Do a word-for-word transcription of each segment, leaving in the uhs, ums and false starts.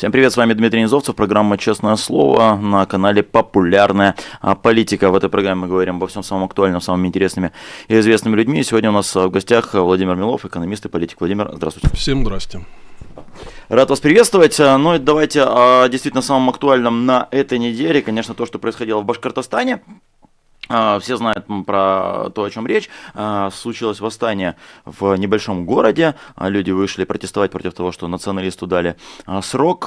Всем привет, с вами Дмитрий Низовцев, программа «Честное слово» на канале «Популярная политика». В этой программе мы говорим обо всем самом актуальном, самыми интересными и известными людьми. Сегодня у нас в гостях Владимир Милов, экономист и политик. Владимир, здравствуйте. Всем здрасте. Рад вас приветствовать. Ну и давайте о действительно самом актуальном на этой неделе. Конечно, то, что происходило в Башкортостане. Все знают про то, о чем речь. Случилось восстание в небольшом городе. Люди вышли протестовать против того, что националисту дали срок.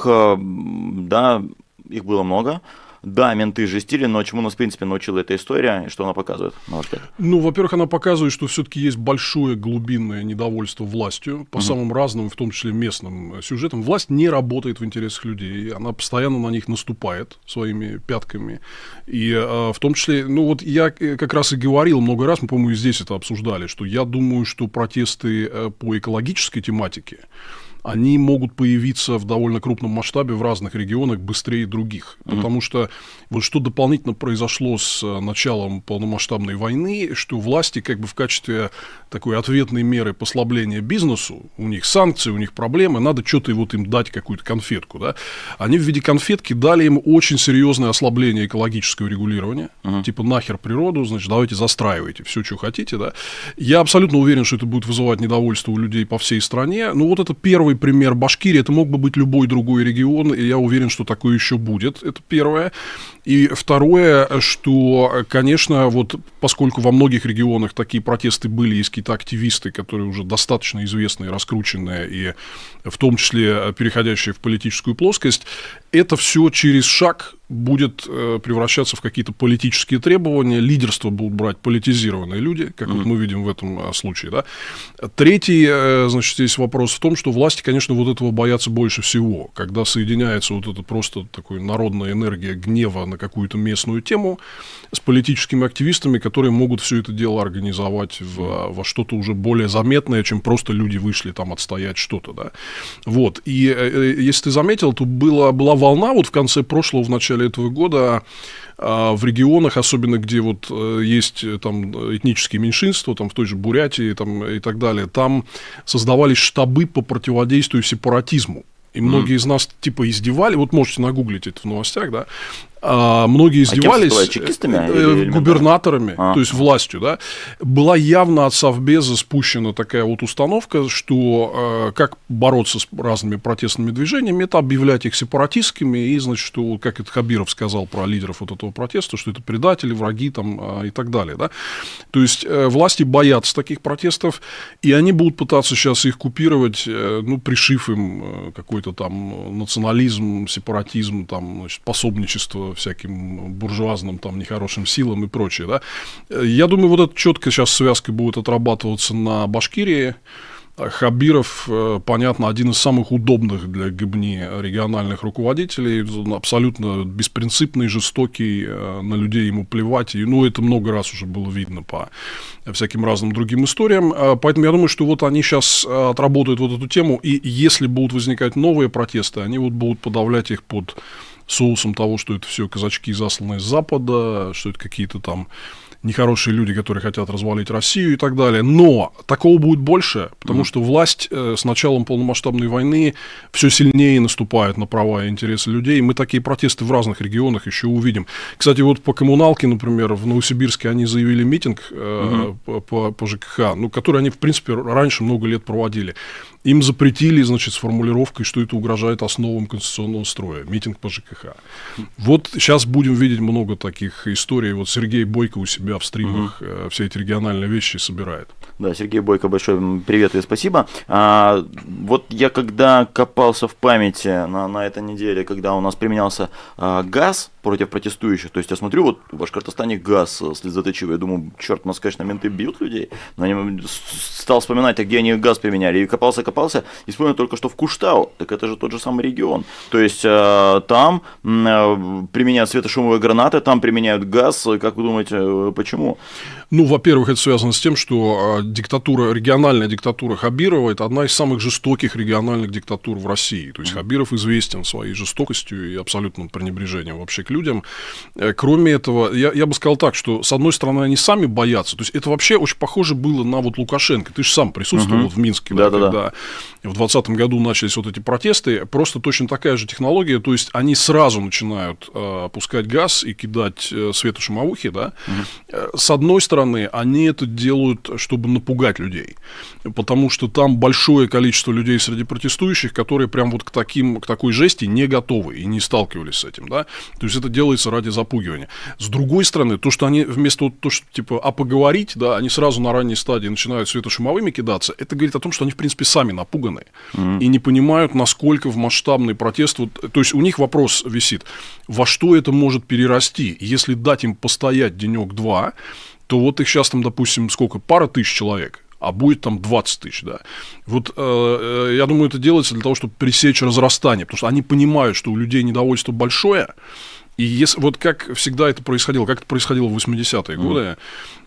Да, их было много. Да, менты жестили, но чему нас, в принципе, научила эта история и что она показывает, на ваш взгляд? Ну, во-первых, она показывает, что все-таки есть большое глубинное недовольство властью по угу. самым разным, в том числе местным сюжетам. Власть не работает в интересах людей, она постоянно на них наступает своими пятками. И э, в том числе, ну вот я как раз и говорил много раз, мы, по-моему, и здесь это обсуждали, что я думаю, что протесты по экологической тематике, они могут появиться в довольно крупном масштабе в разных регионах быстрее других. Mm-hmm. Потому что вот что дополнительно произошло с началом полномасштабной войны, что власти как бы в качестве такой ответной меры послабления бизнесу, у них санкции, у них проблемы, надо что-то вот им дать, какую-то конфетку. Да? Они в виде конфетки дали им очень серьезное ослабление экологического регулирования. Mm-hmm. Типа нахер природу, значит, давайте застраивайте все, что хотите. Да? Я абсолютно уверен, что это будет вызывать недовольство у людей по всей стране. Ну вот это первый пример Башкирии, это мог бы быть любой другой регион, и я уверен, что такое еще будет, это первое. И второе, что, конечно, вот поскольку во многих регионах такие протесты были, есть какие-то активисты, которые уже достаточно известные, раскрученные, и в том числе переходящие в политическую плоскость, это все через шаг будет превращаться в какие-то политические требования, лидерство будут брать политизированные люди, как mm-hmm. вот мы видим в этом случае. Да? Третий, значит, здесь вопрос в том, что власти, конечно, вот этого боятся больше всего, когда соединяется вот это просто такая народная энергия гнева на какую-то местную тему с политическими активистами, которые могут все это дело организовать в, во что-то уже более заметное, чем просто люди вышли там отстоять что-то. Да? Вот. И если ты заметил, то была, была волна вот в конце прошлого, в начале этого года в регионах, особенно где вот есть там этнические меньшинства, там в той же Бурятии там, и так далее, там создавались штабы по противодействию сепаратизму. И многие mm. из нас типа издевали, вот можете нагуглить это в новостях, да, а многие издевались а чекистами, э, губернаторами, а. то есть властью, да. Была явно от Совбеза спущена такая вот установка, что э, как бороться с разными протестными движениями, это объявлять их сепаратистскими, и, значит, что, как это Хабиров сказал про лидеров вот этого протеста, что это предатели, враги там, э, и так далее, да. То есть э, власти боятся таких протестов, и они будут пытаться сейчас их купировать, э, ну, пришив им э, какой-то там национализм, сепаратизм, там, значит, пособничество всяким буржуазным, там, нехорошим силам и прочее, да. Я думаю, вот эта четко сейчас связка будет отрабатываться на Башкирии. Хабиров, понятно, один из самых удобных для ГИБНИ региональных руководителей, абсолютно беспринципный, жестокий, на людей ему плевать, и, ну, это много раз уже было видно по всяким разным другим историям, поэтому я думаю, что вот они сейчас отработают вот эту тему, и если будут возникать новые протесты, они вот будут подавлять их под соусом того, что это все казачки, засланные с Запада, что это какие-то там нехорошие люди, которые хотят развалить Россию и так далее. Но такого будет больше, потому mm-hmm. что власть э, с началом полномасштабной войны все сильнее наступает на права и интересы людей. Мы такие протесты в разных регионах еще увидим. Кстати, вот по коммуналке, например, в Новосибирске они заявили митинг э, mm-hmm. по, по, по ЖКХ, ну, который они, в принципе, раньше много лет проводили. Им запретили, значит, с формулировкой, что это угрожает основам конституционного строя. Митинг по ЖКХ. Вот сейчас будем видеть много таких историй. Вот Сергей Бойко у себя в стримах угу. все эти региональные вещи собирает. Да, Сергей Бойко, большой привет и спасибо. А, вот я когда копался в памяти на, на этой неделе, когда у нас применялся а, газ против протестующих, то есть я смотрю, вот в Башкортостане газ слезоточивый, я думаю, черт, у нас, конечно, менты бьют людей, но я стал вспоминать, а где они газ применяли, и копался, копался, и вспомнил только, что в Куштау, так это же тот же самый регион, то есть а, там а, применяют светошумовые гранаты, там применяют газ, как вы думаете, почему? Ну, во-первых, это связано с тем, что диктатура, региональная диктатура Хабирова – это одна из самых жестоких региональных диктатур в России. То есть Хабиров известен своей жестокостью и абсолютным пренебрежением вообще к людям. Кроме этого, я, я бы сказал так, что, с одной стороны, они сами боятся. То есть это вообще очень похоже было на вот Лукашенко. Ты же сам присутствовал uh-huh. вот в Минске, да, когда в двадцатом году начались вот эти протесты, просто точно такая же технология, то есть они сразу начинают э, пускать газ и кидать э, светошумовухи, да. Угу. С одной стороны, они это делают, чтобы напугать людей, потому что там большое количество людей среди протестующих, которые прям вот к, таким, к такой жести не готовы и не сталкивались с этим, да. То есть это делается ради запугивания. С другой стороны, то, что они вместо вот, то, что типа, а поговорить, да, они сразу на ранней стадии начинают светошумовыми кидаться, это говорит о том, что они, в принципе, сами напуганы mm-hmm. и не понимают, насколько в масштабный протест, вот, то есть у них вопрос висит, во что это может перерасти, если дать им постоять денек-два, то вот их сейчас там, допустим, сколько, пара тысяч человек, а будет там двадцать тысяч, да. Вот э, я думаю, это делается для того, чтобы пресечь разрастание, потому что они понимают, что у людей недовольство большое, и если, вот как всегда это происходило, как это происходило в восьмидесятые mm-hmm. годы,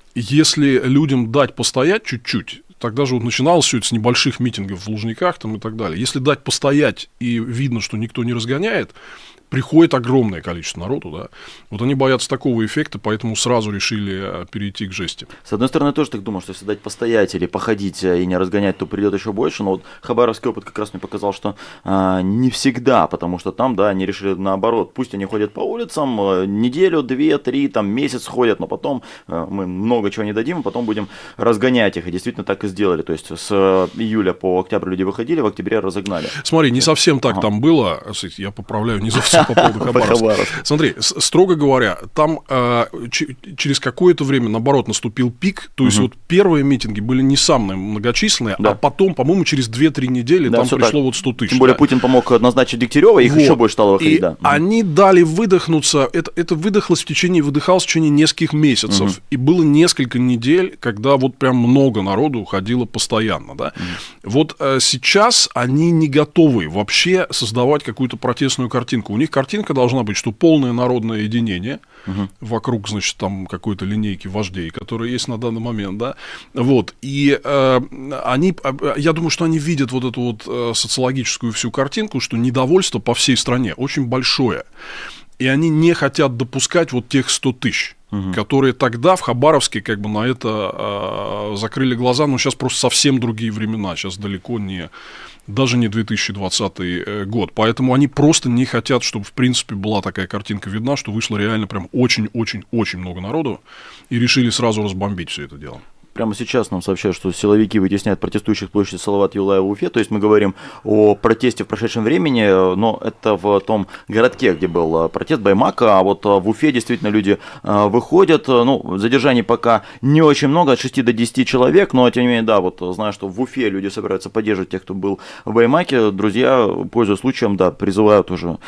если людям дать постоять чуть-чуть, тогда же вот начиналось все это с небольших митингов в Лужниках там и так далее. Если дать постоять и видно, что никто не разгоняет, приходит огромное количество народу, да. Вот они боятся такого эффекта, поэтому сразу решили перейти к жести. С одной стороны, тоже так думал, что если дать постоять или походить и не разгонять, то придет еще больше. Но вот хабаровский опыт как раз мне показал, что а, не всегда, потому что там, да, они решили наоборот, пусть они ходят по улицам, а, неделю, две, три, там месяц ходят, но потом а, мы много чего не дадим, а потом будем разгонять их. И действительно так и сделали. То есть с июля по октябрь люди выходили, в октябре разогнали. Смотри, не совсем так ага. там было. Я поправляю, не совсем по поводу Хабаровска. Смотри, строго говоря, там э, ч- через какое-то время, наоборот, наступил пик. То есть, угу. вот первые митинги были не самые многочисленные, да. а потом, по-моему, через две-три недели да, там пришло так. вот сто тысяч. Тем более, да. Путин помог назначить Дегтярева, их вот. еще больше стало выходить. И да. они угу. дали выдохнуться. Это, это выдохлось в течение, выдыхалось в течение нескольких месяцев. Угу. И было несколько недель, когда вот прям много народу уходило постоянно. Да? Угу. Вот э, сейчас они не готовы вообще создавать какую-то протестную картинку. У них картинка должна быть, что полное народное единение угу. вокруг, значит, там какой-то линейки вождей, которые есть на данный момент, да, вот, и э, они, я думаю, что они видят вот эту вот э, социологическую всю картинку, что недовольство по всей стране очень большое, и они не хотят допускать вот тех сто тысяч, угу. которые тогда в Хабаровске как бы на это э, закрыли глаза, но сейчас просто совсем другие времена, сейчас далеко не... даже не две тысячи двадцатый год. Поэтому они просто не хотят, чтобы, в принципе, была такая картинка видна, что вышло реально прям очень-очень-очень много народу, и решили сразу разбомбить все это дело. Прямо сейчас нам сообщают, что силовики вытесняют протестующих с площади Салават Юлаева в Уфе. То есть мы говорим о протесте в прошедшем времени, но это в том городке, где был протест Баймака. А вот в Уфе действительно люди выходят. Ну, задержаний пока не очень много, от шести до десяти человек. Но тем не менее, да, вот знаю, что в Уфе люди собираются поддерживать тех, кто был в Баймаке. Друзья, пользуясь случаем, да, призывают уже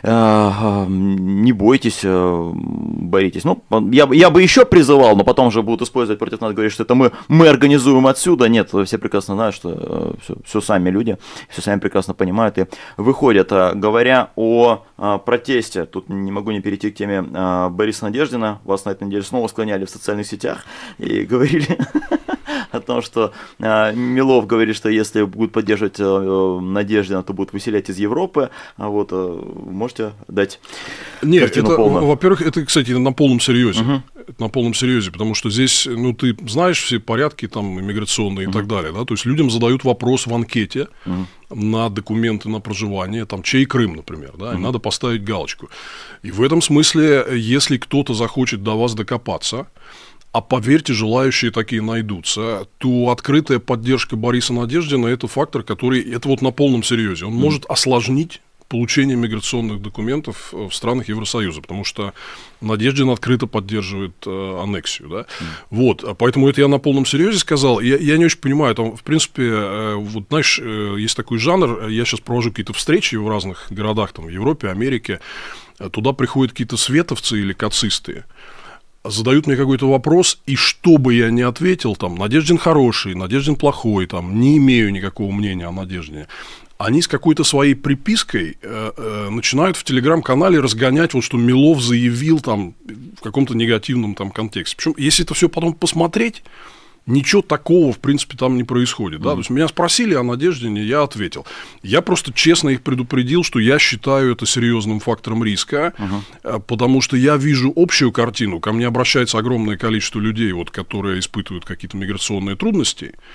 не бойтесь, боритесь. Ну, я, я бы еще призывал, но потом же будут использовать против нас, говорить, что это мы, мы организуем отсюда. Нет, все прекрасно знают, что э, все, все сами люди, все сами прекрасно понимают и выходят. А, говоря о а, протесте, тут не могу не перейти к теме а, Бориса Надеждина. Вас на этой неделе снова склоняли в социальных сетях и говорили о том, что а, Милов говорит, что если будут поддерживать а, Надеждина, то будут выселять из Европы. А вот а, можете дать Нет, картину это, полную? Во-первых, это, кстати, на полном серьезе. Угу. На полном серьезе, потому что здесь, ну, ты знаешь все порядки там иммиграционные uh-huh. и так далее, да, то есть людям задают вопрос в анкете uh-huh. на документы на проживание, там, чей Крым, например, да, uh-huh. и надо поставить галочку. И в этом смысле, если кто-то захочет до вас докопаться, а поверьте, желающие такие найдутся, то открытая поддержка Бориса Надеждина – это фактор, который, это вот на полном серьезе, он uh-huh. может осложнить получение миграционных документов в странах Евросоюза, потому что Надеждин открыто поддерживает э, аннексию, да, mm. вот, поэтому это я на полном серьезе сказал, я, я не очень понимаю, там, в принципе, э, вот, знаешь, э, есть такой жанр, я сейчас провожу какие-то встречи в разных городах, там, в Европе, Америке, туда приходят какие-то световцы или кацисты, задают мне какой-то вопрос, и что бы я ни ответил, там, Надеждин хороший, Надеждин плохой, там, не имею никакого мнения о Надеждине, они с какой-то своей припиской э, э, начинают в телеграм-канале разгонять, вот что Милов заявил там в каком-то негативном там контексте. Причем, если это все потом посмотреть, ничего такого, в принципе, там не происходит. Да? Mm-hmm. То есть, меня спросили о Надеждине, я ответил. Я просто честно их предупредил, что я считаю это серьезным фактором риска, mm-hmm. потому что я вижу общую картину. Ко мне обращается огромное количество людей, вот, которые испытывают какие-то миграционные трудности.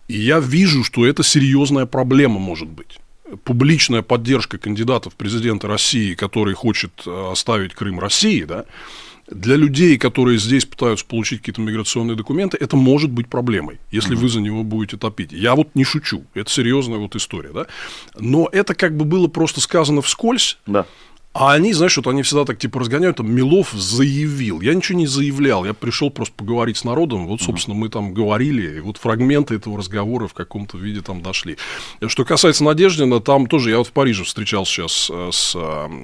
И я вижу, что это серьезная проблема может быть. Публичная поддержка кандидатов в президенты России, который хочет оставить Крым России, да, для людей, которые здесь пытаются получить какие-то миграционные документы, это может быть проблемой, если mm-hmm. вы за него будете топить. Я вот не шучу, это серьезная вот история, да. Но это как бы было просто сказано вскользь. Да. А они, знаешь, вот они всегда так типа разгоняют, там, Милов заявил. Я ничего не заявлял, я пришел просто поговорить с народом. Вот, собственно, мы там говорили, и вот фрагменты этого разговора в каком-то виде там дошли. Что касается Надеждина, там тоже, я вот в Париже встречался сейчас с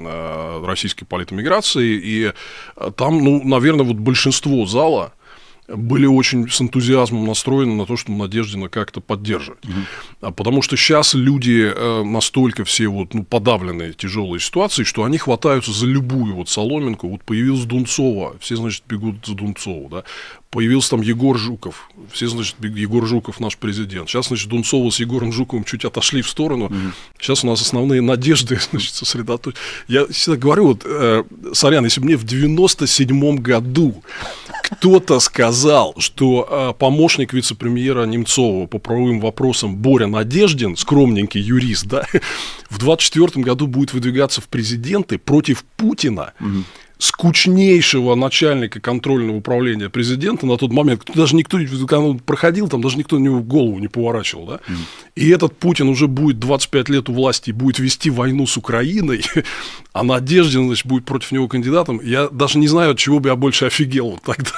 э, российской политэмиграцией, и там, ну, наверное, вот большинство зала были очень с энтузиазмом настроены на то, что Надеждина как-то поддерживать. Угу. Потому что сейчас люди настолько все вот, ну, подавленные тяжелой ситуацией, что они хватаются за любую вот соломинку. Вот появилась Дунцова, все, значит, бегут за Дунцову, да. Появился там Егор Жуков, все, значит, Егор Жуков наш президент. Сейчас, значит, Дунцова с Егором Жуковым чуть отошли в сторону. Угу. Сейчас у нас основные надежды, значит, сосредоточены. Я всегда говорю, вот, э, сорян, если бы мне в девяносто седьмом году кто-то сказал, что э, помощник вице-премьера Немцова по правовым вопросам Боря Надеждин, скромненький юрист, да, в двадцать четвёртом году будет выдвигаться в президенты против Путина, угу. скучнейшего начальника контрольного управления президента на тот момент, даже никто, когда он проходил, там даже никто на него голову не поворачивал, да? Mm. И этот Путин уже будет двадцать пять лет у власти и будет вести войну с Украиной, а Надеждин, значит, будет против него кандидатом. Я даже не знаю, от чего бы я больше офигел вот тогда,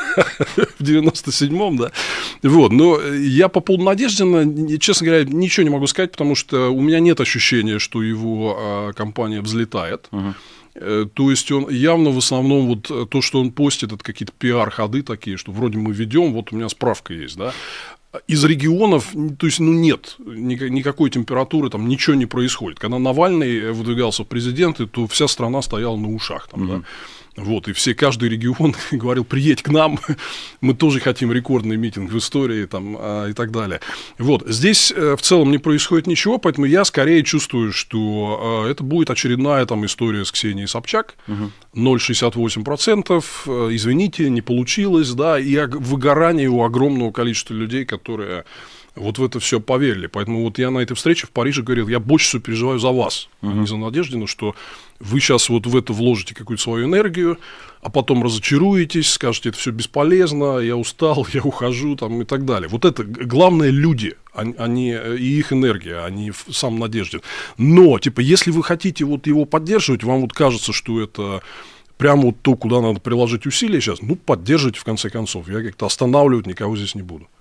в девяносто седьмом, да? Вот, но я по поводу Надеждина, честно говоря, ничего не могу сказать, потому что у меня нет ощущения, что его а, компания взлетает. Uh-huh. То есть он явно в основном вот то, что он постит, это какие-то пиар-ходы такие, что вроде мы ведем, вот у меня справка есть, да. Из регионов, то есть, ну, нет никакой температуры, там ничего не происходит. Когда Навальный выдвигался в президенты, то вся страна стояла на ушах, там, mm-hmm. да. Вот, и все, каждый регион говорил, приедь к нам, мы тоже хотим рекордный митинг в истории, там, а, и так далее. Вот, здесь э, в целом не происходит ничего, поэтому я скорее чувствую, что э, это будет очередная там история с Ксенией Собчак, угу. ноль целых шестьдесят восемь сотых процента, э, извините, не получилось, да, и выгорание у огромного количества людей, которые вот в это все поверили. Поэтому вот я на этой встрече в Париже говорил, я больше всего переживаю за вас, uh-huh. а не за Надеждину, что вы сейчас вот в это вложите какую-то свою энергию, а потом разочаруетесь, скажете, это все бесполезно, я устал, я ухожу, там, и так далее. Вот это главное люди, они, и их энергия, а не сам Надеждин. Но, типа, если вы хотите вот его поддерживать, вам вот кажется, что это прямо вот то, куда надо приложить усилия сейчас, ну, поддержите в конце концов. Я как-то останавливать никого здесь не буду.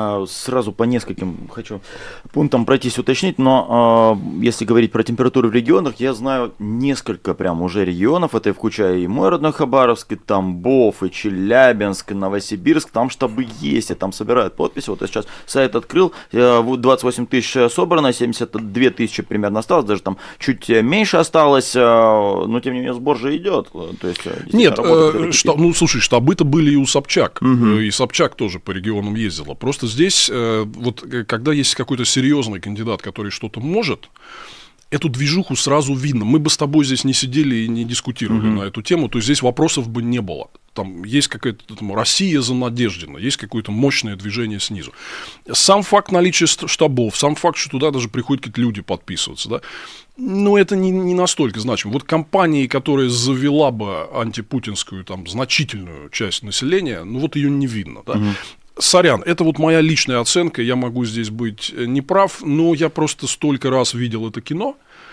Сразу по нескольким хочу пунктам пройтись, уточнить, но э, если говорить про температуру в регионах, я знаю несколько прям уже регионов, это включая и мой родной Хабаровск, и Тамбов, и Челябинск, и Новосибирск, там штабы есть, и там собирают подписи, вот я сейчас сайт открыл, двадцать восемь тысяч собрано, семьдесят две тысячи примерно осталось, даже там чуть меньше осталось, но тем не менее сбор же идет. То есть, нет, э, штаб, ну слушай, штабы-то были и у Собчак, угу. и Собчак тоже по регионам ездила. Просто здесь, вот, когда есть какой-то серьезный кандидат, который что-то может, эту движуху сразу видно. Мы бы с тобой здесь не сидели и не дискутировали mm-hmm. на эту тему, то есть здесь вопросов бы не было. Там есть какая-то там, Россия за Надеждина, есть какое-то мощное движение снизу. Сам факт наличия штабов, сам факт, что туда даже приходят какие-то люди подписываться, да, ну, это не, не настолько значимо. Вот компании, которая завела бы антипутинскую там, значительную часть населения, ну, вот ее не видно, да. Mm-hmm. Сорян, это вот моя личная оценка, я могу здесь быть неправ, но я просто столько раз видел это кино,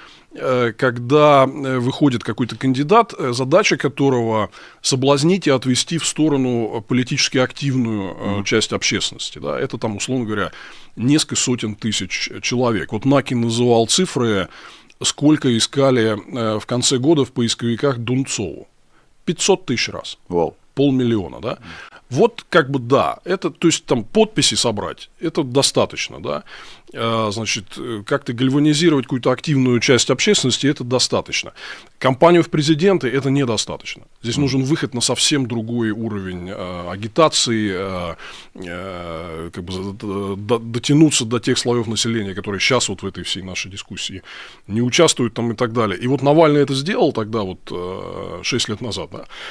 когда выходит какой-то кандидат, задача которого соблазнить и отвести в сторону политически активную mm-hmm. часть общественности. Да? Это там, условно говоря, несколько сотен тысяч человек. Вот Накин называл цифры, сколько искали в конце года в поисковиках Дунцову. пятьсот тысяч раз. Wow. Полмиллиона, да? Вот как бы да, это, то есть там подписи собрать, это достаточно, да, а, значит, как-то гальванизировать какую-то активную часть общественности, это достаточно. Кампанию в президенты это недостаточно. Здесь нужен выход на совсем другой уровень а, агитации, а, а, как бы до, дотянуться до тех слоев населения, которые сейчас вот в этой всей нашей дискуссии не участвуют там и так далее. И вот Навальный это сделал тогда вот шесть лет назад, да.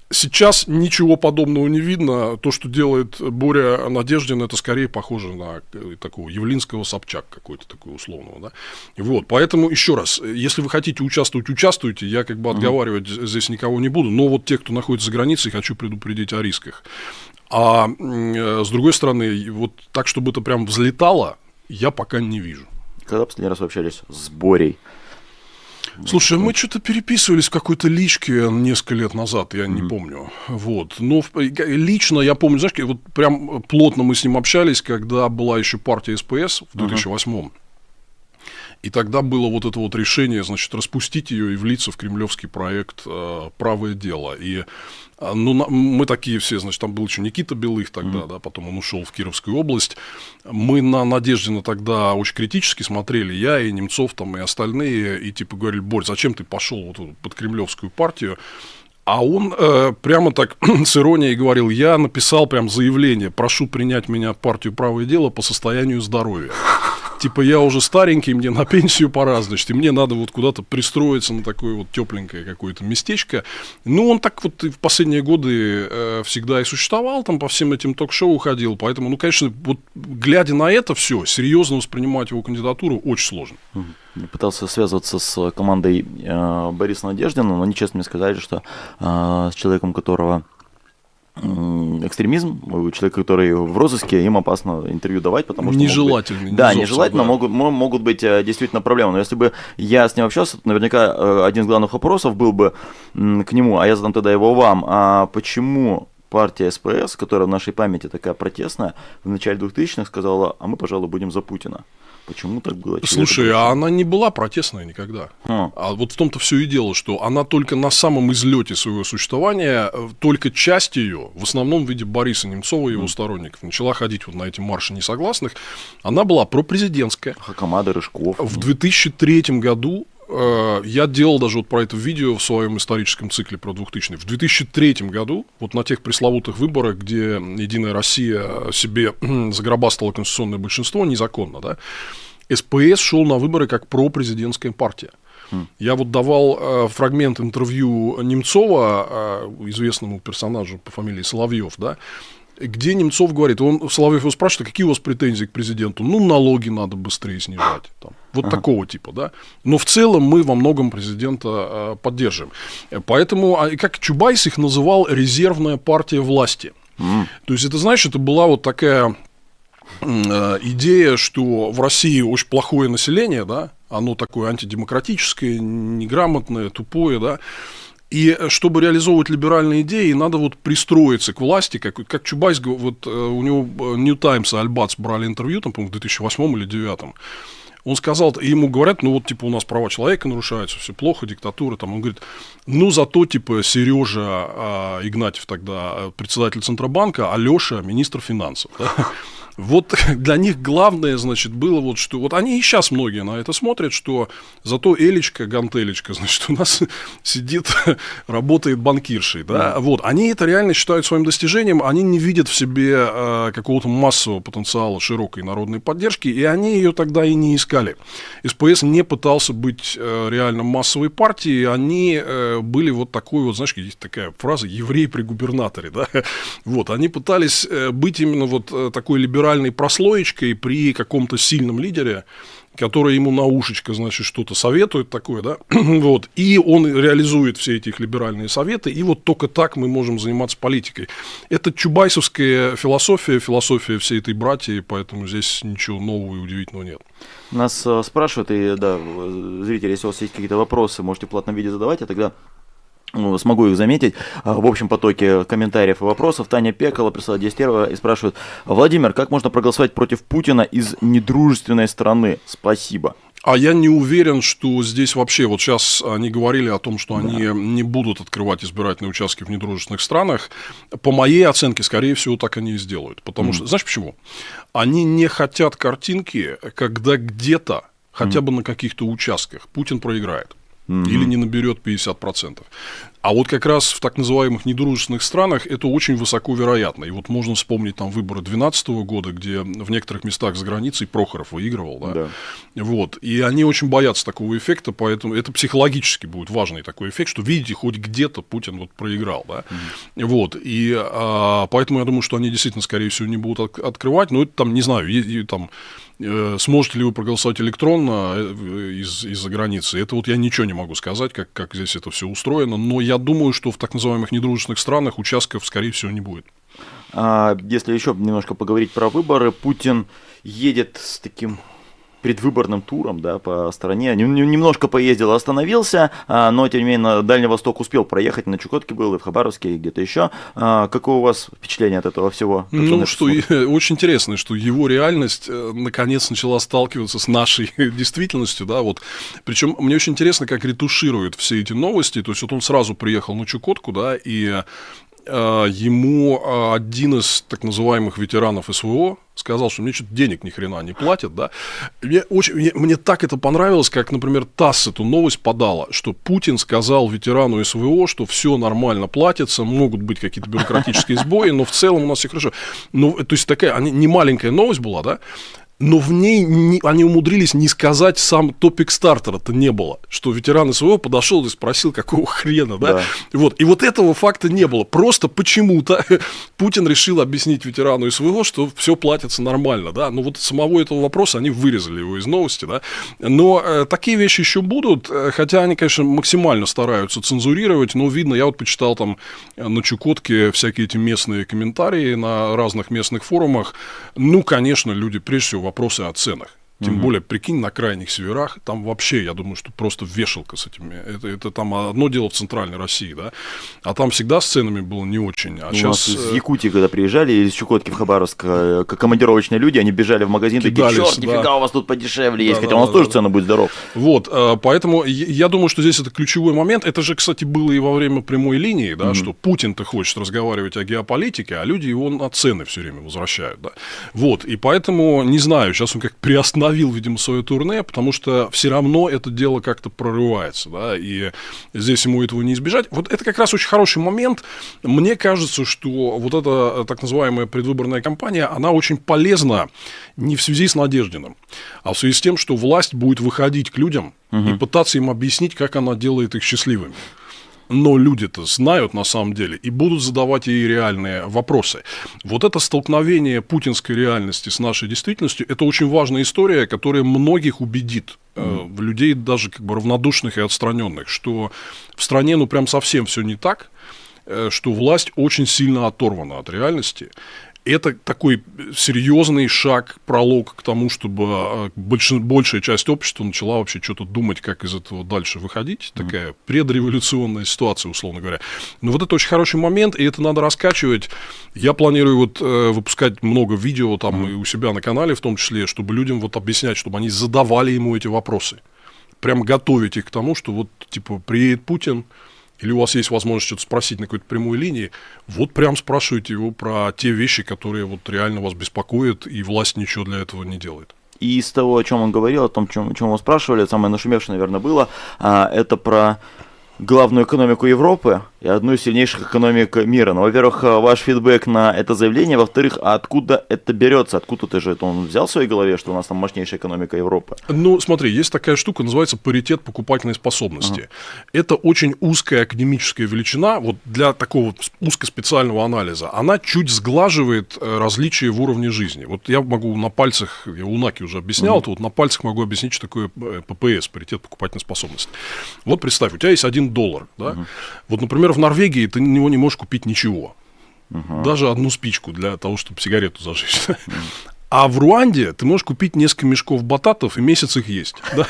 Сейчас ничего подобного не видно. То, что делает Боря Надеждин, это скорее похоже на такого явлинского Собчак какой-то такой условного. Да? Вот, поэтому еще раз, если вы хотите участвовать, участвуйте. Я как бы отговаривать mm-hmm. здесь никого не буду. Но вот те, кто находится за границей, хочу предупредить о рисках. А с другой стороны, вот так, чтобы это прям взлетало, я пока не вижу. Когда последний раз вы общались с Борей? Слушай, мы что-то переписывались в какой-то личке несколько лет назад, я mm-hmm. не помню. Вот. Но лично я помню, знаешь, вот прям плотно мы с ним общались, когда была еще партия СПС в две тысячи восьмом. Mm-hmm. И тогда было вот это вот решение, значит, распустить ее и влиться в кремлевский проект э, «Правое дело». И ну, на, мы такие все, значит, там был еще Никита Белых тогда, mm-hmm. да, потом он ушел в Кировскую область. Мы на Надеждина тогда очень критически смотрели, я и Немцов там, и остальные, и типа говорили: Борь, зачем ты пошел вот под кремлевскую партию? А он э, прямо так с иронией говорил: я написал прям заявление, прошу принять меня в партию «Правое дело» по состоянию здоровья. Типа, я уже старенький, мне на пенсию пора, значит, и мне надо вот куда-то пристроиться на такое вот тепленькое какое-то местечко. Ну, он так вот и в последние годы э, всегда и существовал, там по всем этим ток-шоу ходил, поэтому, ну, конечно, вот глядя на это все, серьезно воспринимать его кандидатуру очень сложно. Я пытался связываться с командой э, Бориса Надеждина, но они честно мне сказали, что э, с человеком, которого экстремизм, человек, который в розыске, им опасно интервью давать, потому что... Нежелательно. Быть, да, нежелательно, да. Могут, могут быть действительно проблемы. Но если бы я с ним общался, то наверняка один из главных вопросов был бы к нему, а я задам тогда его вам, а почему партия СПС, которая в нашей памяти такая протестная, в начале двухтысячных сказала: а мы, пожалуй, будем за Путина. Почему так было? Слушай, а она не была протестная никогда. А. а вот в том-то все и дело, что она только на самом излете своего существования, только часть ее, в основном в виде Бориса Немцова и его mm. сторонников, начала ходить вот на эти марши несогласных. Она была пропрезидентская. Хакамада, Рыжков. В две тысячи третьем году э, я делал даже вот про это видео в своем историческом цикле про двухтысячные. В две тысячи третьем году, вот на тех пресловутых выборах, где Единая Россия себе загробастала конституционное большинство незаконно, да, СПС шел на выборы как пропрезидентская партия. Mm. Я вот давал э, фрагмент интервью Немцова, э, известному персонажу по фамилии Соловьев, да, где Немцов говорит, он, Соловьев его спрашивает: какие у вас претензии к президенту? Ну, налоги надо быстрее снижать. Там, вот ага. такого типа, да. Но в целом мы во многом президента э, поддерживаем. Поэтому, как Чубайс их называл, резервная партия власти. Mm. То есть, это, знаешь, это была вот такая идея, что в России очень плохое население, да, оно такое антидемократическое, неграмотное, тупое, да, и чтобы реализовывать либеральные идеи, надо вот пристроиться к власти, как, как Чубайс, вот у него New Times и Альбац брали интервью, там, по-моему, в две тысячи восьмом или две тысячи девятом, он сказал, и ему говорят: ну вот, типа, у нас права человека нарушаются, все плохо, диктатура, там, он говорит: ну зато, типа, Сережа а, Игнатьев тогда председатель Центробанка, а Леша министр финансов, да? Вот для них главное, значит, было вот что... Вот они и сейчас многие на это смотрят, что зато Элечка, Гантелечка, значит, у нас сидит, работает банкиршей, да, mm. вот. Они это реально считают своим достижением, они не видят в себе э, какого-то массового потенциала широкой народной поддержки, и они ее тогда и не искали. СПС не пытался быть э, реально массовой партией, они э, были вот такой вот, знаешь, есть такая фраза: еврей при губернаторе, да, вот. Они пытались э, быть именно вот э, такой либеральной прослоечкой при каком-то сильном лидере, который ему на ушечко, значит, что-то советует такое, да, вот, и он реализует все эти их либеральные советы, и вот только так мы можем заниматься политикой. Это чубайсовская философия, философия всей этой братьи, поэтому здесь ничего нового и удивительного нет. Нас э, спрашивают, и, да, зрители, если у вас есть какие-то вопросы, можете в платном виде задавать, а тогда смогу их заметить в общем потоке комментариев и вопросов. Таня Пекала прислала десять евро и спрашивает: Владимир, как можно проголосовать против Путина из недружественной страны? Спасибо. А я не уверен, что здесь вообще, вот сейчас они говорили о том, что они да. не будут открывать избирательные участки в недружественных странах. По моей оценке, скорее всего, так они и сделают. Потому mm-hmm. что, знаешь почему? Они не хотят картинки, когда где-то, хотя mm-hmm. бы на каких-то участках, Путин проиграет. Или не наберет пятьдесят процентов. А вот как раз в так называемых недружественных странах это очень высоко вероятно. И вот можно вспомнить там выборы две тысячи двенадцатого года, где в некоторых местах за границей Прохоров выигрывал. Да? Да. Вот. И они очень боятся такого эффекта, поэтому это психологически будет важный такой эффект, что, видите, хоть где-то Путин вот проиграл. Да? Mm-hmm. Вот. И а, поэтому я думаю, что они действительно, скорее всего, не будут от- открывать. Но это там, не знаю, и, и, там... Сможете ли вы проголосовать электронно из- из-за границы? Это вот я ничего не могу сказать, как, как здесь это все устроено, но я думаю, что в так называемых недружественных странах участков, скорее всего, не будет. А если еще немножко поговорить про выборы, Путин едет с таким предвыборным туром, да, по стране, немножко поездил, остановился, но, тем не менее, на Дальний Восток успел проехать, на Чукотке был, и в Хабаровске, и где-то еще. Какое у вас впечатление от этого всего? Ну, что очень интересно, что его реальность наконец начала сталкиваться с нашей действительностью, да, вот. Причем мне очень интересно, как ретушируют все эти новости, то есть вот он сразу приехал на Чукотку, да, и ему один из так называемых ветеранов СВО сказал, что мне что-то денег ни хрена не платят, да. Мне, очень, мне, мне так это понравилось, как, например, ТАСС эту новость подала, что Путин сказал ветерану СВО, что все нормально платится, могут быть какие-то бюрократические сбои, но в целом у нас все хорошо. Ну, то есть такая, они, не маленькая новость была, да, но в ней не, они умудрились не сказать сам топик стартера-то не было, что ветеран СВО подошел и спросил, какого хрена, да? Да. Вот. И вот этого факта не было. Просто почему-то Путин решил объяснить ветерану СВО, что все платится нормально, да? Но вот самого этого вопроса они вырезали его из новости, да? Но э, такие вещи еще будут, хотя они, конечно, максимально стараются цензурировать, но видно, я вот почитал там на Чукотке всякие эти местные комментарии на разных местных форумах. Ну, конечно, люди, прежде всего, вопросы о ценах. Тем угу. более, прикинь, на крайних северах, там вообще, я думаю, что просто вешалка с этими. Это, это там одно дело в центральной России, да, а там всегда с ценами было не очень. А у сейчас... нас из Якутии, когда приезжали, из Чукотки в Хабаровск, как командировочные люди, они бежали в магазин, кидались, такие, черт, да. нифига у вас тут подешевле есть, да, хотя да, у нас да, тоже да. цены, будь здоров. Вот, поэтому я думаю, что здесь это ключевой момент. Это же, кстати, было и во время прямой линии, да, угу. что Путин-то хочет разговаривать о геополитике, а люди его на цены все время возвращают, да. Вот, и поэтому, не знаю, сейчас он как приостановил, видимо, свое турне, потому что все равно это дело как-то прорывается, да, и здесь ему этого не избежать. Вот это как раз очень хороший момент. Мне кажется, что вот эта так называемая предвыборная кампания, она очень полезна не в связи с Надеждиным, а в связи с тем, что власть будет выходить к людям угу. и пытаться им объяснить, как она делает их счастливыми. Но люди-то знают на самом деле и будут задавать ей реальные вопросы. Вот это столкновение путинской реальности с нашей действительностью, это очень важная история, которая многих убедит, mm. э, людей даже как бы равнодушных и отстраненных, что в стране ну прям совсем все не так, э, что власть очень сильно оторвана от реальности. Это такой серьезный шаг, пролог к тому, чтобы больш... большая часть общества начала вообще что-то думать, как из этого дальше выходить. Mm-hmm. Такая предреволюционная ситуация, условно говоря. Но вот это очень хороший момент, и это надо раскачивать. Я планирую вот, э, выпускать много видео там mm-hmm. и у себя на канале, в том числе, чтобы людям вот объяснять, чтобы они задавали ему эти вопросы. Прям готовить их к тому, что вот типа приедет Путин, или у вас есть возможность что-то спросить на какой-то прямой линии, вот прям спрашивайте его про те вещи, которые вот реально вас беспокоят, и власть ничего для этого не делает. И из того, о чем он говорил, о том, о чем, о чем его спрашивали, самое нашумевшее, наверное, было, это про главную экономику Европы и одну из сильнейших экономик мира. Ну, во-первых, ваш фидбэк на это заявление, во-вторых, а откуда это берется? Откуда ты же это он взял в своей голове, что у нас там мощнейшая экономика Европы? Ну, смотри, есть такая штука, называется паритет покупательной способности. Ага. Это очень узкая академическая величина, вот для такого узкоспециального анализа. Она чуть сглаживает различия в уровне жизни. Вот я могу на пальцах, я у Наки уже объяснял, ага. это вот на пальцах могу объяснить, что такое ППС, паритет покупательной способности. Вот представь, у тебя есть один доллар, да? Ага. Вот, например, в Норвегии ты на него не можешь купить ничего. Uh-huh. Даже одну спичку для того, чтобы сигарету зажечь. Uh-huh. А в Руанде ты можешь купить несколько мешков бататов и месяц их есть. Да?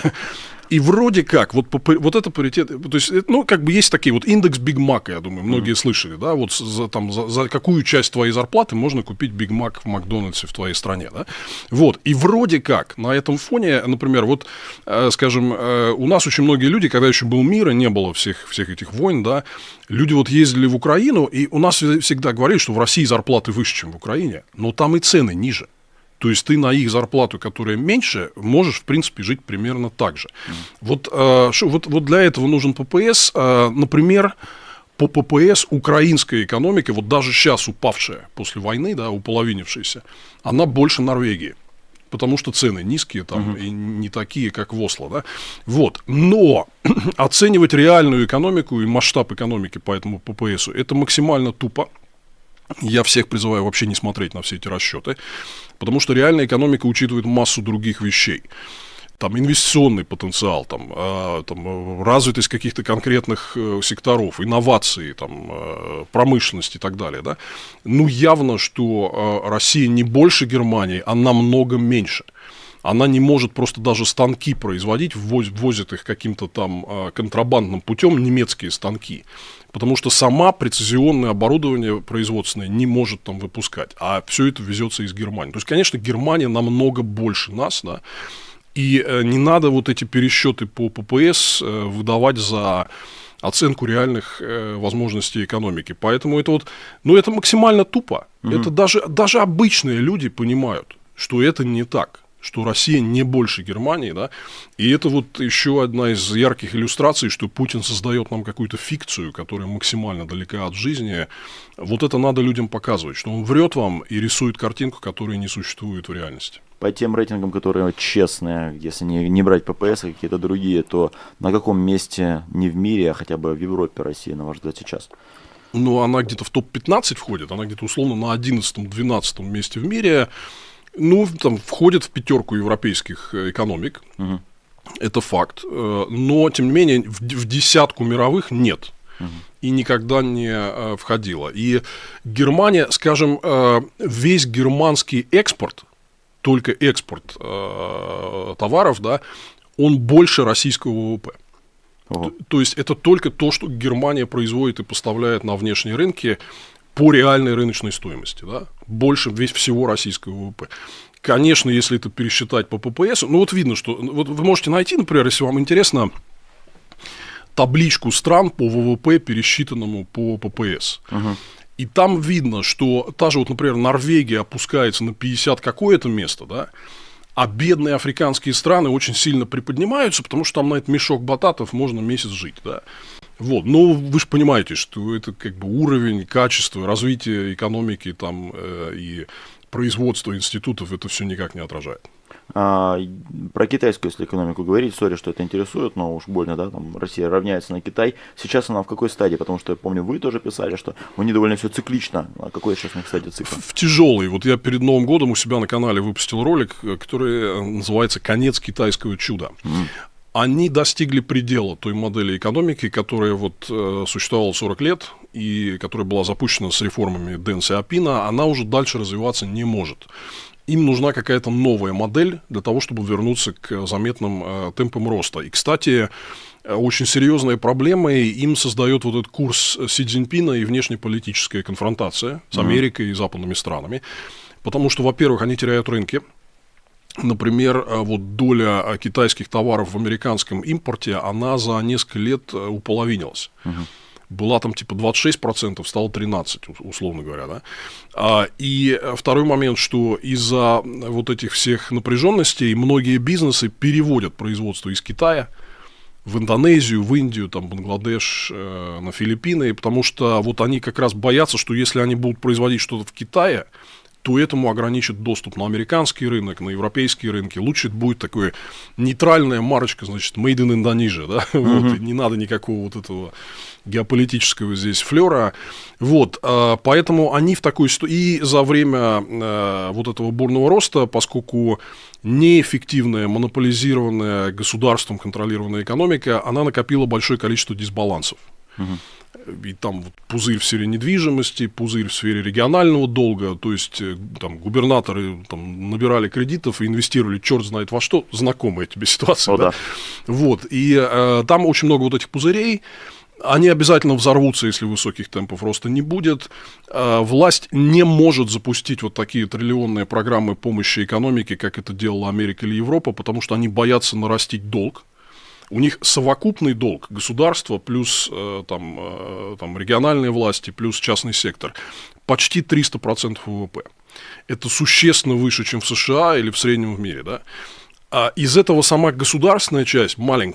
И вроде как, вот, вот это паритет, то есть, ну, как бы есть такие вот индекс Биг Мака, я думаю, многие mm-hmm. слышали, да, вот за, там, за, за какую часть твоей зарплаты можно купить Биг Мак в Макдональдсе в твоей стране, да, вот, и вроде как на этом фоне, например, вот, э, скажем, э, у нас очень многие люди, когда еще был мир и не было всех, всех этих войн, да, люди вот ездили в Украину, и у нас всегда говорили, что в России зарплаты выше, чем в Украине, но там и цены ниже. То есть ты на их зарплату, которая меньше, можешь, в принципе, жить примерно так же. Mm. Вот, э, шо, вот, вот для этого нужен ППС. Э, например, по ППС украинская экономика, вот даже сейчас упавшая после войны, да, уполовинившаяся, она больше Норвегии. Потому что цены низкие там, uh-huh. и не такие, как в Осло. Да? Вот. Но оценивать реальную экономику и масштаб экономики по этому ППСу, это максимально тупо. Я всех призываю вообще не смотреть на все эти расчеты, потому что реальная экономика учитывает массу других вещей. Там инвестиционный потенциал, там, э, там, развитость каких-то конкретных э, секторов, инновации, там, э, промышленность и так далее. Да? Ну, явно, что э, Россия не больше Германии, а намного меньше. Она не может просто даже станки производить, ввоз, ввозит их каким-то там э, контрабандным путем, немецкие станки. Потому что сама прецизионное оборудование производственное не может там выпускать, а все это везется из Германии. То есть, конечно, Германия намного больше нас, да. И не надо вот эти пересчеты по ППС выдавать за оценку реальных возможностей экономики. Поэтому это вот, ну, это максимально тупо. Угу. Это даже, даже обычные люди понимают, что это не так, что Россия не больше Германии, да. И это вот еще одна из ярких иллюстраций, что Путин создает нам какую-то фикцию, которая максимально далека от жизни. Вот это надо людям показывать, что он врет вам и рисует картинку, которая не существует в реальности. По тем рейтингам, которые честные, если не, не брать ППС, а какие-то другие, то на каком месте не в мире, а хотя бы в Европе Россия, на ваш взгляд, сейчас? Ну, она где-то в топ пятнадцать входит, она где-то условно на одиннадцатом-двенадцатом месте в мире. Ну, там входит в пятерку европейских экономик. Угу. Это факт. Но, тем не менее, в, в десятку мировых нет. Угу. И никогда не входила. И Германия, скажем, весь германский экспорт, только экспорт э, товаров, да, он больше российского ВВП. Ого. То, то есть это только то, что Германия производит и поставляет на внешние рынки по реальной рыночной стоимости, да, больше весь всего российского ВВП. Конечно, если это пересчитать по ППС, ну вот видно, что вот вы можете найти, например, если вам интересно, табличку стран по ВВП, пересчитанному по ППС. Угу. И там видно, что та же, вот, например, Норвегия опускается на пятьдесят какое-то место, да, а бедные африканские страны очень сильно приподнимаются, потому что там на этот мешок бататов можно месяц жить, да. Вот. Но вы же понимаете, что это как бы уровень, качество, развитие экономики там, э, и производства институтов, это все никак не отражает. А, про китайскую, если экономику говорить, сори, что это интересует, но уж больно, да, там Россия равняется на Китай. Сейчас она в какой стадии? Потому что я помню, вы тоже писали, что у них довольно все циклично. А какой сейчас у них стадия цикла? В, в тяжелый. Вот я перед Новым годом у себя на канале выпустил ролик, который называется «Конец китайского чуда». Mm. Они достигли предела той модели экономики, которая вот, э, существовала сорок лет и которая была запущена с реформами Дэн Сяопина, она уже дальше развиваться не может. Им нужна какая-то новая модель для того, чтобы вернуться к заметным э, темпам роста. И, кстати, э, очень серьезные проблемы им создает вот этот курс Си Цзиньпина и внешнеполитическая конфронтация с Америкой и западными странами. Потому что, во-первых, они теряют рынки. Например, вот доля китайских товаров в американском импорте, она за несколько лет уполовинилась. Угу. Была там типа двадцать шесть процентов, стало тринадцать процентов, условно говоря. Да? И второй момент, что из-за вот этих всех напряженностей многие бизнесы переводят производство из Китая в Индонезию, в Индию, там, Бангладеш, э, на Филиппины, потому что вот они как раз боятся, что если они будут производить что-то в Китае, то этому ограничит доступ на американский рынок, на европейские рынки. Лучше будет такая нейтральная марочка, значит, Made in Indonesia, да, mm-hmm. вот, и не надо никакого вот этого геополитического здесь флера. Вот, поэтому они в такой ситуации, и за время вот этого бурного роста, поскольку неэффективная, монополизированная государством контролированная экономика, она накопила большое количество дисбалансов. Mm-hmm. И там вот пузырь в сфере недвижимости, пузырь в сфере регионального долга, то есть там губернаторы там, набирали кредитов и инвестировали черт знает во что, знакомая тебе ситуация. О, да? Да. Вот, и э, там очень много вот этих пузырей, они обязательно взорвутся, если высоких темпов роста не будет. Э, власть не может запустить вот такие триллионные программы помощи экономике, как это делала Америка или Европа, потому что они боятся нарастить долг. У них совокупный долг государства плюс э, там, э, там, региональные власти плюс частный сектор почти триста процентов ВВП. Это существенно выше, чем в США или в среднем в мире. Да? А из этого сама государственная часть маленькая.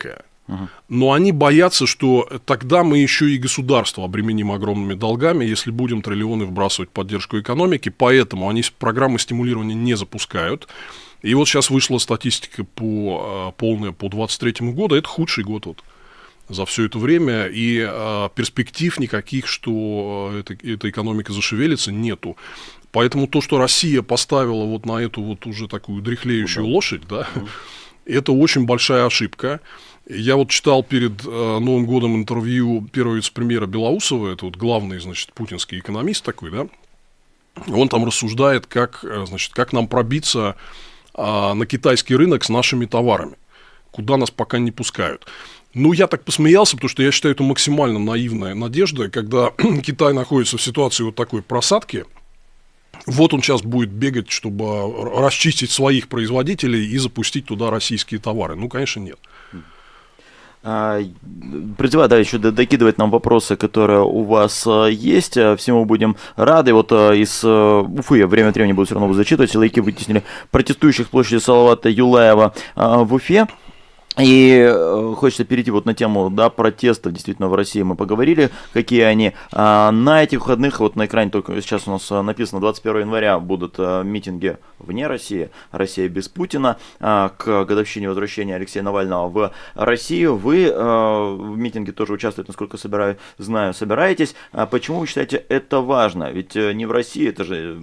Угу. Но они боятся, что тогда мы еще и государство обременим огромными долгами, если будем триллионы вбрасывать в поддержку экономики. Поэтому они программы стимулирования не запускают. И вот сейчас вышла статистика по, полная по двадцать третьему году. Это худший год вот за все это время. И а, перспектив никаких, что эта, эта экономика зашевелится, нету. Поэтому то, что Россия поставила вот на эту вот уже такую дряхлеющую лошадь, да, это очень большая ошибка. Я вот читал перед э, Новым годом интервью первого вице-премьера Белоусова, это вот главный, значит, путинский экономист такой, да, он там рассуждает, как, значит, как нам пробиться э, на китайский рынок с нашими товарами, куда нас пока не пускают. Ну, я так посмеялся, потому что я считаю, это максимально наивная надежда, когда Китай находится в ситуации вот такой просадки. Вот он сейчас будет бегать, чтобы расчистить своих производителей и запустить туда российские товары. Ну, конечно, нет. Призываю, да, еще докидывать нам вопросы, которые у вас есть. Всему будем рады. Вот из Уфы время от времени буду все равно зачитывать. Силовики вытеснили протестующих с площади Салавата Юлаева в Уфе. И хочется перейти вот на тему, да, протестов, действительно, в России мы поговорили, какие они. А, на этих выходных, вот на экране только сейчас у нас написано, двадцать первого января будут а, митинги вне России, Россия без Путина, а, к годовщине возвращения Алексея Навального в Россию. Вы а, в митинге тоже участвуете, насколько собираю, знаю, собираетесь. А почему вы считаете это важно? Ведь не в России, это же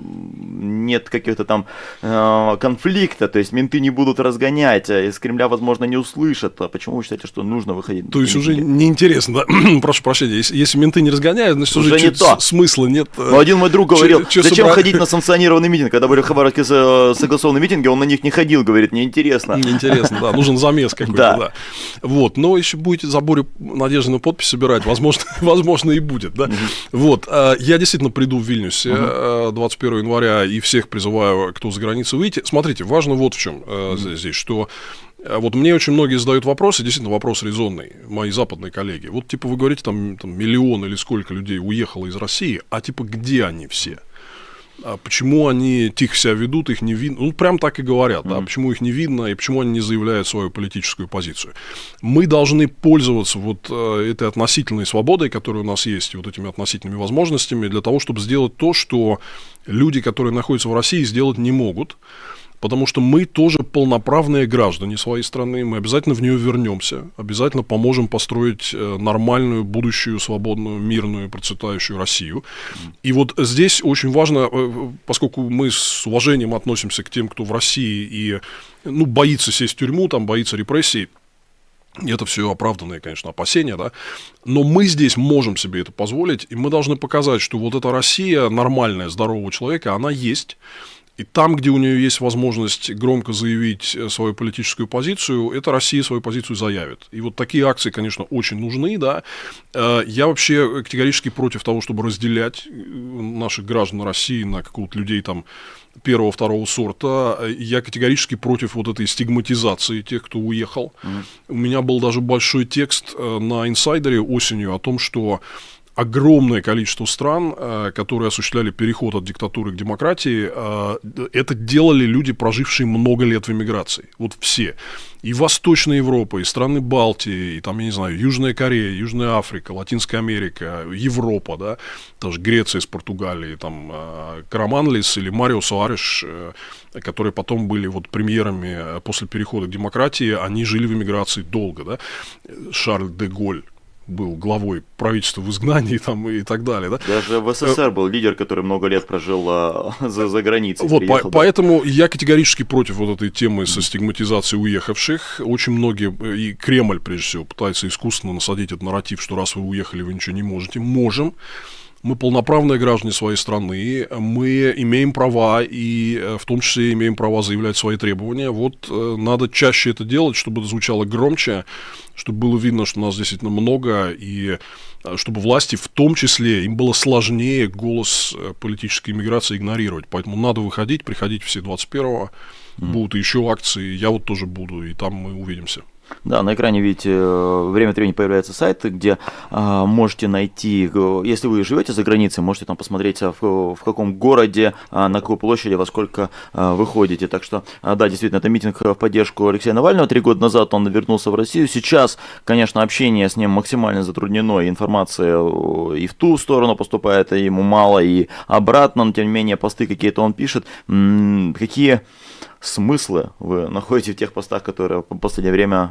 нет каких-то там а, конфликта, то есть менты не будут разгонять, а из Кремля, возможно, не услышат. А почему вы считаете, что нужно выходить? То есть уже неинтересно, да? Прошу прощения, если, если менты не разгоняют, значит уже, уже не то. Смысла нет. Но один мой друг говорил, че, че зачем собрать? Ходить на санкционированный митинг? Когда были в Хабаровске согласованные митинги, он на них не ходил, говорит, неинтересно. Неинтересно, да, нужен замес какой-то, да. да. Вот, но еще будете за Борю Надеждину подпись собирать, возможно, возможно и будет, да. Угу. Вот, я действительно приду в Вильнюсе угу. двадцать первого января и всех призываю, кто за границей, выйти. Смотрите, важно вот в чем угу. здесь, что вот мне очень многие задают вопросы, действительно вопрос резонный, мои западные коллеги. Вот типа вы говорите, там, там миллион или сколько людей уехало из России, а типа где они все? А почему они тихо себя ведут, их не видно? Ну, прям так и говорят, да, mm-hmm. почему их не видно и почему они не заявляют свою политическую позицию. Мы должны пользоваться вот э, этой относительной свободой, которая у нас есть, и вот этими относительными возможностями для того, чтобы сделать то, что люди, которые находятся в России, сделать не могут. Потому что мы тоже полноправные граждане своей страны, мы обязательно в нее вернемся, обязательно поможем построить нормальную, будущую, свободную, мирную, процветающую Россию. И вот здесь очень важно, поскольку мы с уважением относимся к тем, кто в России и ну, боится сесть в тюрьму, там, боится репрессий, это все оправданные, конечно, опасения, да, но мы здесь можем себе это позволить, и мы должны показать, что вот эта Россия нормальная, здорового человека, она есть. И там, где у нее есть возможность громко заявить свою политическую позицию, эта Россия свою позицию заявит. И вот такие акции, конечно, очень нужны, да. Я вообще категорически против того, чтобы разделять наших граждан России на какого-то людей там первого, второго сорта. Я категорически против вот этой стигматизации тех, кто уехал. Mm-hmm. У меня был даже большой текст на «Инсайдере» осенью о том, что огромное количество стран, которые осуществляли переход от диктатуры к демократии, это делали люди, прожившие много лет в эмиграции. Вот все. И Восточная Европа, и страны Балтии, и там, я не знаю, Южная Корея, Южная Африка, Латинская Америка, Европа, да, даже Греция с Португалией, там Караманлис или Марио Суареш, которые потом были вот премьерами после перехода к демократии, они жили в эмиграции долго, да, Шарль де Голль был главой правительства в изгнании там, и так далее. Да? Даже в СССР был лидер, который много лет прожил а, за, за границей. Вот, приехал, по- да. Поэтому я категорически против вот этой темы со стигматизацией уехавших. Очень многие, и Кремль, прежде всего, пытается искусственно насадить этот нарратив, что раз вы уехали, вы ничего не можете. Можем. Мы полноправные граждане своей страны, мы имеем права, и в том числе имеем права заявлять свои требования. Вот надо чаще это делать, чтобы это звучало громче, чтобы было видно, что нас действительно много, и чтобы власти в том числе, им было сложнее голос политической иммиграции игнорировать. Поэтому надо выходить, приходить все двадцать первого, mm-hmm. будут еще акции, я вот тоже буду, и там мы увидимся. Да, на экране видите, время от времени появляются сайты, где а, можете найти, если вы живете за границей, можете там посмотреть, в, в каком городе, а, на какой площади, во сколько а, вы ходите. Так что, а, да, действительно, это митинг в поддержку Алексея Навального. Три года назад он вернулся в Россию. Сейчас, конечно, общение с ним максимально затруднено, и информация и в ту сторону поступает, и ему мало, и обратно, но тем не менее посты какие-то он пишет. М-м, какие смыслы вы находите в тех постах, которые в последнее время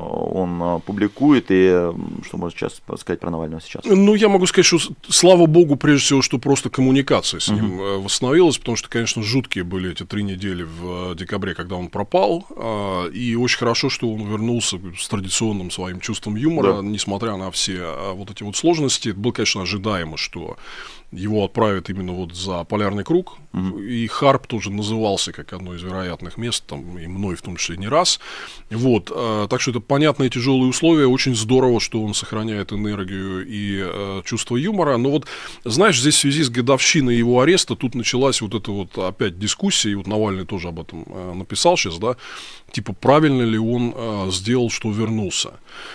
он публикует, и что можно сейчас сказать про Навального сейчас? Ну, я могу сказать, что слава богу, прежде всего, что просто коммуникация с ним uh-huh. восстановилась, потому что, конечно, жуткие были эти три недели в декабре, когда он пропал, и очень хорошо, что он вернулся с традиционным своим чувством юмора, да. Несмотря на все вот эти вот сложности. Это было, конечно, ожидаемо, что его отправят именно вот за полярный круг, uh-huh. и Харп тоже назывался как одно из вероятных мест, там, и мной в том числе не раз. Вот, э, так что это понятные тяжелые условия, очень здорово, что он сохраняет энергию и э, чувство юмора, но вот, знаешь, здесь в связи с годовщиной его ареста тут началась вот эта вот опять дискуссия, и вот Навальный тоже об этом э, написал сейчас, да, типа, правильно ли он э, сделал, что вернулся.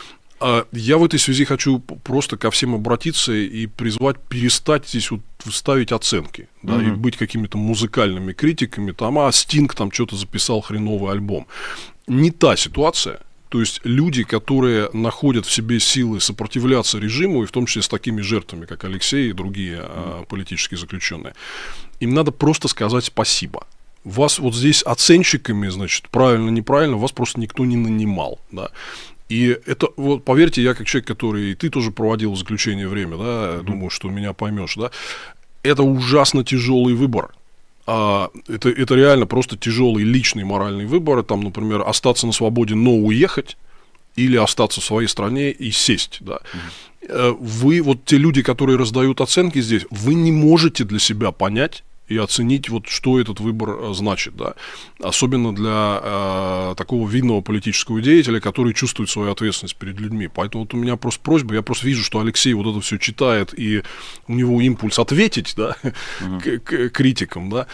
Я в этой связи хочу просто ко всем обратиться и призвать перестать здесь вот ставить оценки, да, mm-hmm. и быть какими-то музыкальными критиками, там, а Стинг там что-то записал хреновый альбом. Не та ситуация. То есть люди, которые находят в себе силы сопротивляться режиму, и в том числе с такими жертвами, как Алексей и другие mm-hmm. политические заключенные, им надо просто сказать спасибо. Вас вот здесь оценщиками, значит, правильно-неправильно, вас просто никто не нанимал, да. И это, вот, поверьте, я как человек, который, и ты тоже проводил в заключении время, да, mm-hmm. думаю, что меня поймешь, да, это ужасно тяжелый выбор. А, это, это реально просто тяжелый личный моральный выбор, там, например, остаться на свободе, но уехать, или остаться в своей стране и сесть, да. Mm-hmm. Вы, вот те люди, которые раздают оценки здесь, вы не можете для себя понять и оценить, вот, что этот выбор значит, да. Особенно для э, такого видного политического деятеля, который чувствует свою ответственность перед людьми. Поэтому вот у меня просто просьба, я просто вижу, что Алексей вот это все читает, и у него импульс ответить, да, uh-huh. к, к критикам, да.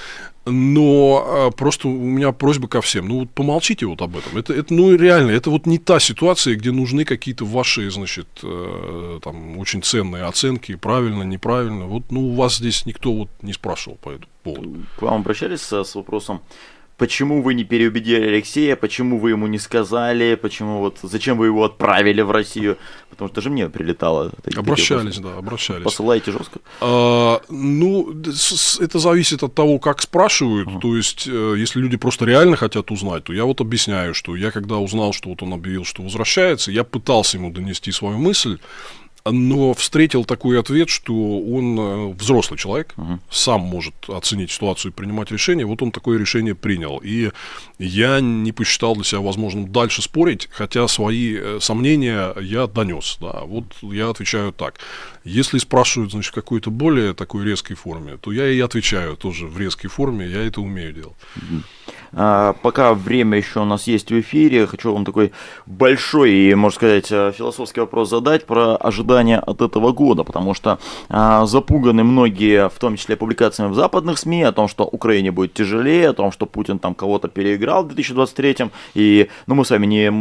Но э, просто у меня просьба ко всем, ну вот помолчите вот об этом. Это, это, ну реально, это вот не та ситуация, где нужны какие-то ваши, значит, э, там, очень ценные оценки, правильно, неправильно. Вот, ну, у вас здесь никто вот не спрашивал по этому поводу. К вам обращались с, с вопросом, почему вы не переубедили Алексея, почему вы ему не сказали, почему вот, зачем вы его отправили в Россию? Потому что даже мне прилетало. Обращались, да, обращались. Посылаете жестко? А, ну, это зависит от того, как спрашивают. Uh-huh. То есть, если люди просто реально хотят узнать, то я вот объясняю, что я когда узнал, что вот он объявил, что возвращается, я пытался ему донести свою мысль, но встретил такой ответ, что он взрослый человек, uh-huh. сам может оценить ситуацию и принимать решение. Вот он такое решение принял. И я не посчитал для себя возможным дальше спорить, хотя свои сомнения я донес. Да. Вот я отвечаю так. Если спрашивают, значит, в какой-то более такой резкой форме, то я и отвечаю тоже в резкой форме, я это умею делать. Uh-huh. А, пока время еще у нас есть в эфире, хочу вам такой большой и, можно сказать, философский вопрос задать про ожидания от этого года, потому что а, запуганы многие, в том числе публикациями в западных СМИ, о том, что Украине будет тяжелее, о том, что Путин там кого-то переиграл в две тысячи двадцать третьем, и, ну, мы с вами не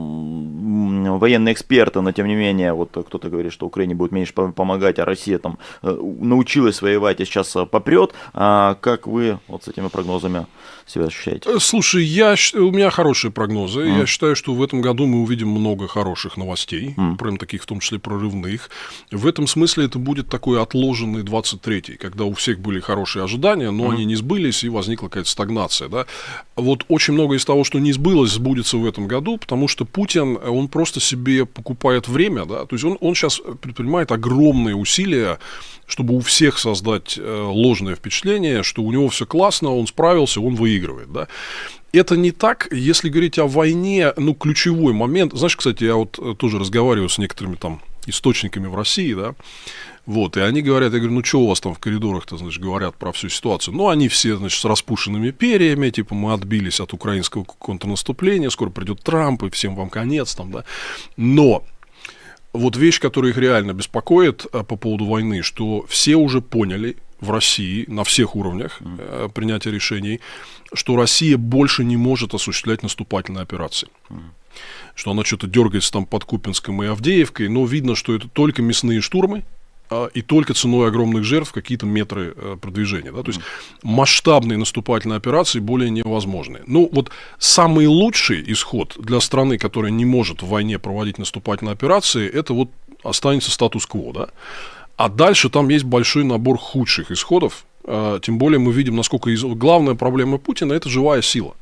военные эксперты, но тем не менее, вот кто-то говорит, что Украине будет меньше помогать, а Россия там научилась воевать и сейчас попрет. А, как вы вот с этими прогнозами себя ощущаете? Слушай, я, у меня хорошие прогнозы. Mm. Я считаю, что в этом году мы увидим много хороших новостей, mm. прям таких в том числе прорывных. В этом смысле это будет такой отложенный двадцать третий, когда у всех были хорошие ожидания, но mm. они не сбылись, и возникла какая-то стагнация. Да? Вот очень много из того, что не сбылось, сбудется в этом году, потому что Путин, он просто себе покупает время. Да? То есть он, он сейчас предпринимает огромные усилия, чтобы у всех создать э, ложное впечатление, что у него все классно, он справился, он выигрывает. Да? Это не так, если говорить о войне, ну, ключевой момент. Знаешь, кстати, я вот тоже разговариваю с некоторыми там источниками в России, да, вот, и они говорят, я говорю, ну, что у вас там в коридорах-то, значит, говорят про всю ситуацию? Ну, они все, значит, с распушенными перьями, типа, мы отбились от украинского контрнаступления, скоро придет Трамп, и всем вам конец, там, да, но... Вот вещь, которая их реально беспокоит а, по поводу войны, что все уже поняли в России на всех уровнях э, принятия решений, что Россия больше не может осуществлять наступательные операции. что она что-то дергается там под Купинском и Авдеевкой, но видно, что это только мясные штурмы, и только ценой огромных жертв какие-то метры продвижения. Да? То есть масштабные наступательные операции более невозможны. Ну, вот самый лучший исход для страны, которая не может в войне проводить наступательные операции, это вот останется статус-кво. Да? А дальше там есть большой набор худших исходов. Тем более мы видим, насколько из... главная проблема Путина – это живая сила.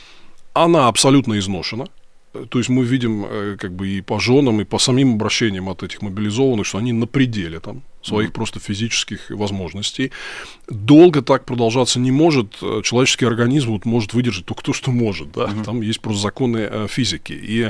Она абсолютно изношена. То есть мы видим как бы и по женам, и по самим обращениям от этих мобилизованных, что они на пределе там, своих mm-hmm. просто физических возможностей. Долго так продолжаться не может. Человеческий организм вот может выдержать только то, что может. Да? Mm-hmm. Там есть просто законы э, физики. И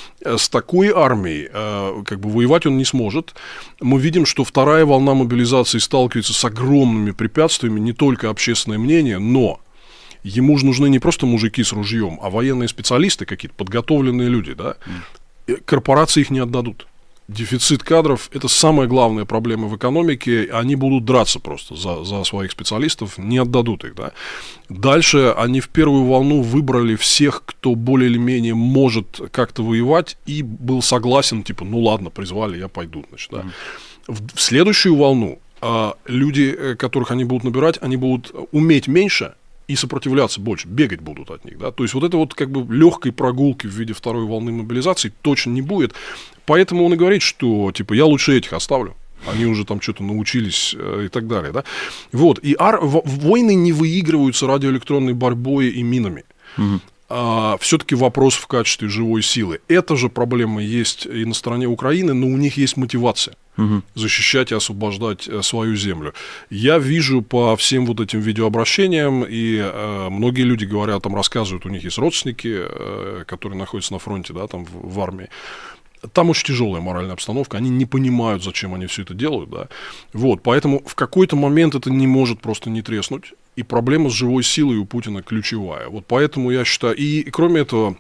с такой армией э, как бы воевать он не сможет. Мы видим, что вторая волна мобилизации сталкивается с огромными препятствиями, не только общественное мнение, но... Ему же нужны не просто мужики с ружьем, а военные специалисты какие-то, подготовленные люди. Да? Mm. Корпорации их не отдадут. Дефицит кадров – это самая главная проблема в экономике. Они будут драться просто за, за своих специалистов, не отдадут их. Да? Дальше они в первую волну выбрали всех, кто более или менее может как-то воевать и был согласен, типа, ну ладно, призвали, я пойду. Значит, да? mm. в, в следующую волну а, люди, которых они будут набирать, они будут уметь меньше, и сопротивляться больше, бегать будут от них. Да? То есть вот это вот как бы легкой прогулки в виде второй волны мобилизации точно не будет. Поэтому он и говорит, что типа я лучше этих оставлю. Они уже там что-то научились э, и так далее. Да? Вот. И ар... войны не выигрываются радиоэлектронной борьбой и минами. Угу. А, все-таки вопрос в качестве живой силы. Эта же проблема есть и на стороне Украины, но у них есть мотивация. Угу. Защищать и освобождать свою землю. Я вижу по всем вот этим видеообращениям, и э, многие люди говорят, там рассказывают, у них есть родственники, э, которые находятся на фронте, да, там в, в армии. Там очень тяжелая моральная обстановка, они не понимают, зачем они все это делают. Да. Вот, поэтому в какой-то момент это не может просто не треснуть. И проблема с живой силой у Путина ключевая. Вот поэтому я считаю, и, и кроме этого,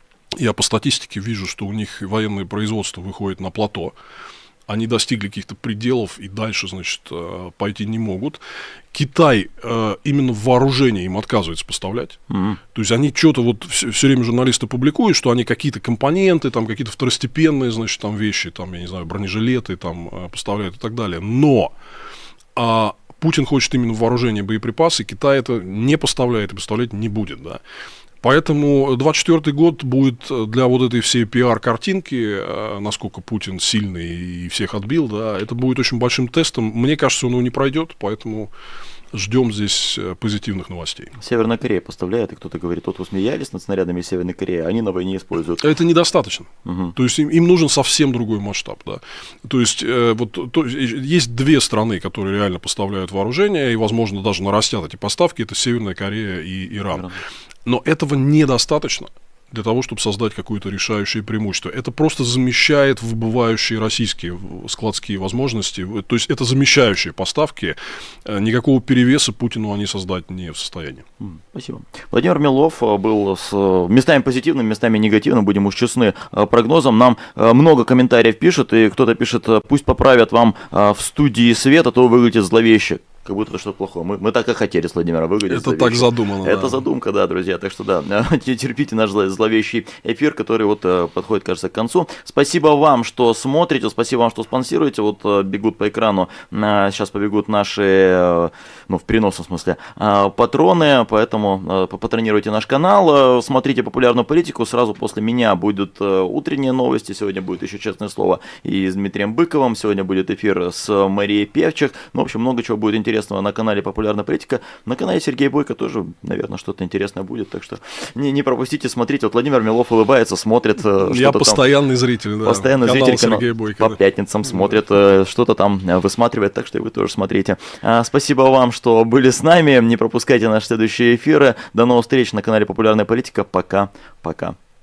я по статистике вижу, что у них военное производство выходит на плато. Они достигли каких-то пределов и дальше, значит, пойти не могут. Китай именно в вооружении им отказывается поставлять. Mm-hmm. То есть они что-то вот все, все время журналисты публикуют, что они какие-то компоненты, там какие-то второстепенные, значит, там вещи, там, я не знаю, бронежилеты там поставляют и так далее. Но а, Путин хочет именно вооружение, боеприпасы, Китай это не поставляет и поставлять не будет, да. Поэтому двадцать четвёртый год будет для вот этой всей пиар-картинки, насколько Путин сильный и всех отбил, да, это будет очень большим тестом. Мне кажется, он его не пройдет, поэтому ждем здесь позитивных новостей. Северная Корея поставляет, и кто-то говорит, вот вы смеялись над снарядами Северной Кореи, они на войне используют. Это недостаточно. Угу. То есть им, им нужен совсем другой масштаб. Да. То есть э, вот, то, есть две страны, которые реально поставляют вооружение, и, возможно, даже нарастят эти поставки, это Северная Корея и Иран. Иран. Но этого недостаточно для того, чтобы создать какое-то решающее преимущество. Это просто замещает выбывающие российские складские возможности. То есть это замещающие поставки. Никакого перевеса Путину они создать не в состоянии. Спасибо. Владимир Милов был с местами позитивным, местами негативным, будем уж честны, прогнозом. Нам много комментариев пишут, и кто-то пишет, пусть поправят вам в студии свет, а то выглядит зловеще. Как будто это что-то плохое. Мы, мы так и хотели с Владимира выглядеть. Это так задумано. Это да. задумка, да, друзья. Так что да, терпите наш зловещий эфир, который вот подходит, кажется, к концу. Спасибо вам, что смотрите, спасибо вам, что спонсируете. Вот бегут по экрану, сейчас побегут наши, ну, в переносном смысле, патроны, поэтому патронируйте наш канал, смотрите популярную политику. Сразу после меня будут утренние новости. Сегодня будет еще честное слово и с Дмитрием Быковым. Сегодня будет эфир с Марией Певчих. Ну, в общем, много чего будет интересного на канале «Популярная политика». На канале Сергея Бойко тоже, наверное, что-то интересное будет. Так что не, не пропустите, смотрите. Вот Владимир Милов улыбается, смотрит. Я постоянный там. зритель, да. Постоянный канал зритель Сергея Бойко, по да. пятницам смотрит, что-то там высматривает, так что и вы тоже смотрите. Спасибо вам, что были с нами. Не пропускайте наши следующие эфиры. До новых встреч на канале «Популярная политика». Пока-пока.